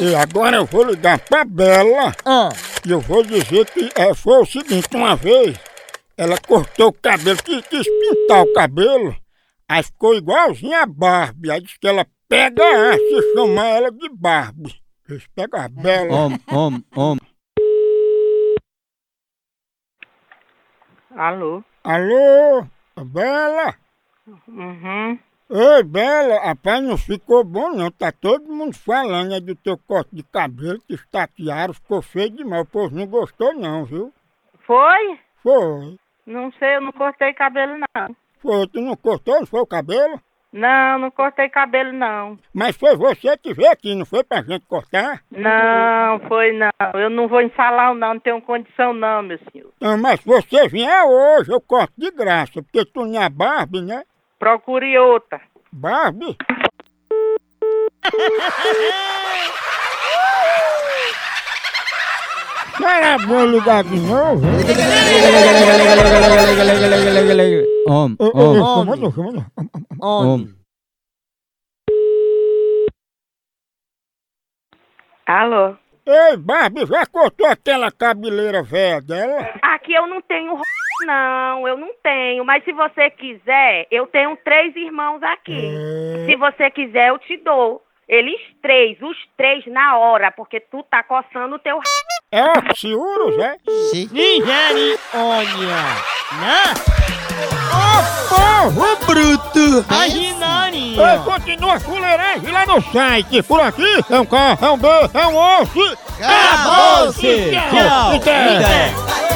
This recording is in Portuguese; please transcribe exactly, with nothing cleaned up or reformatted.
E agora eu vou ligar pra Bela Ah. e eu vou dizer que é, foi o seguinte, uma vez ela cortou o cabelo, quis, quis pintar o cabelo, aí ficou igualzinha a Barbie, aí disse que ela pega a se chamar ela de Barbie. Eles pegam a Bela. Om, om, om. Alô? Alô, Bela? Uhum. Oi, Bela, rapaz, não ficou bom não, tá todo mundo falando é do teu corte de cabelo, que estatearam, ficou feio demais, o povo não gostou não, viu? Foi? Foi. Não sei, eu não cortei cabelo não. Foi, tu não cortou, não foi o cabelo? Não, não cortei cabelo não. Mas foi você que veio aqui, não foi pra gente cortar? Não, foi não. Eu não vou em salão não, não tenho condição não, meu senhor. Não, mas se você vier hoje, eu corto de graça, porque tu não é Barbie, né? Procure outra. Barbie? Será bom ligar de novo? Om, Ô, ô, om, ô, chama não, chama não. om. Alô? Ei, Barbie, já cortou aquela cabeleira velha dela? Aqui eu não tenho r... não, eu não tenho. Mas se você quiser, eu tenho três irmãos aqui. É. Se você quiser, eu te dou. Eles três, os três na hora, porque tu tá coçando o teu r... É oxiurus, é? Nigeriônia. Né? Porra, bruto! Imaginari. Ei, continua a fuleiragem lá no site. Por aqui é um K, é um B, é um osso. Acabou-se. Tchau. Tchau. Até.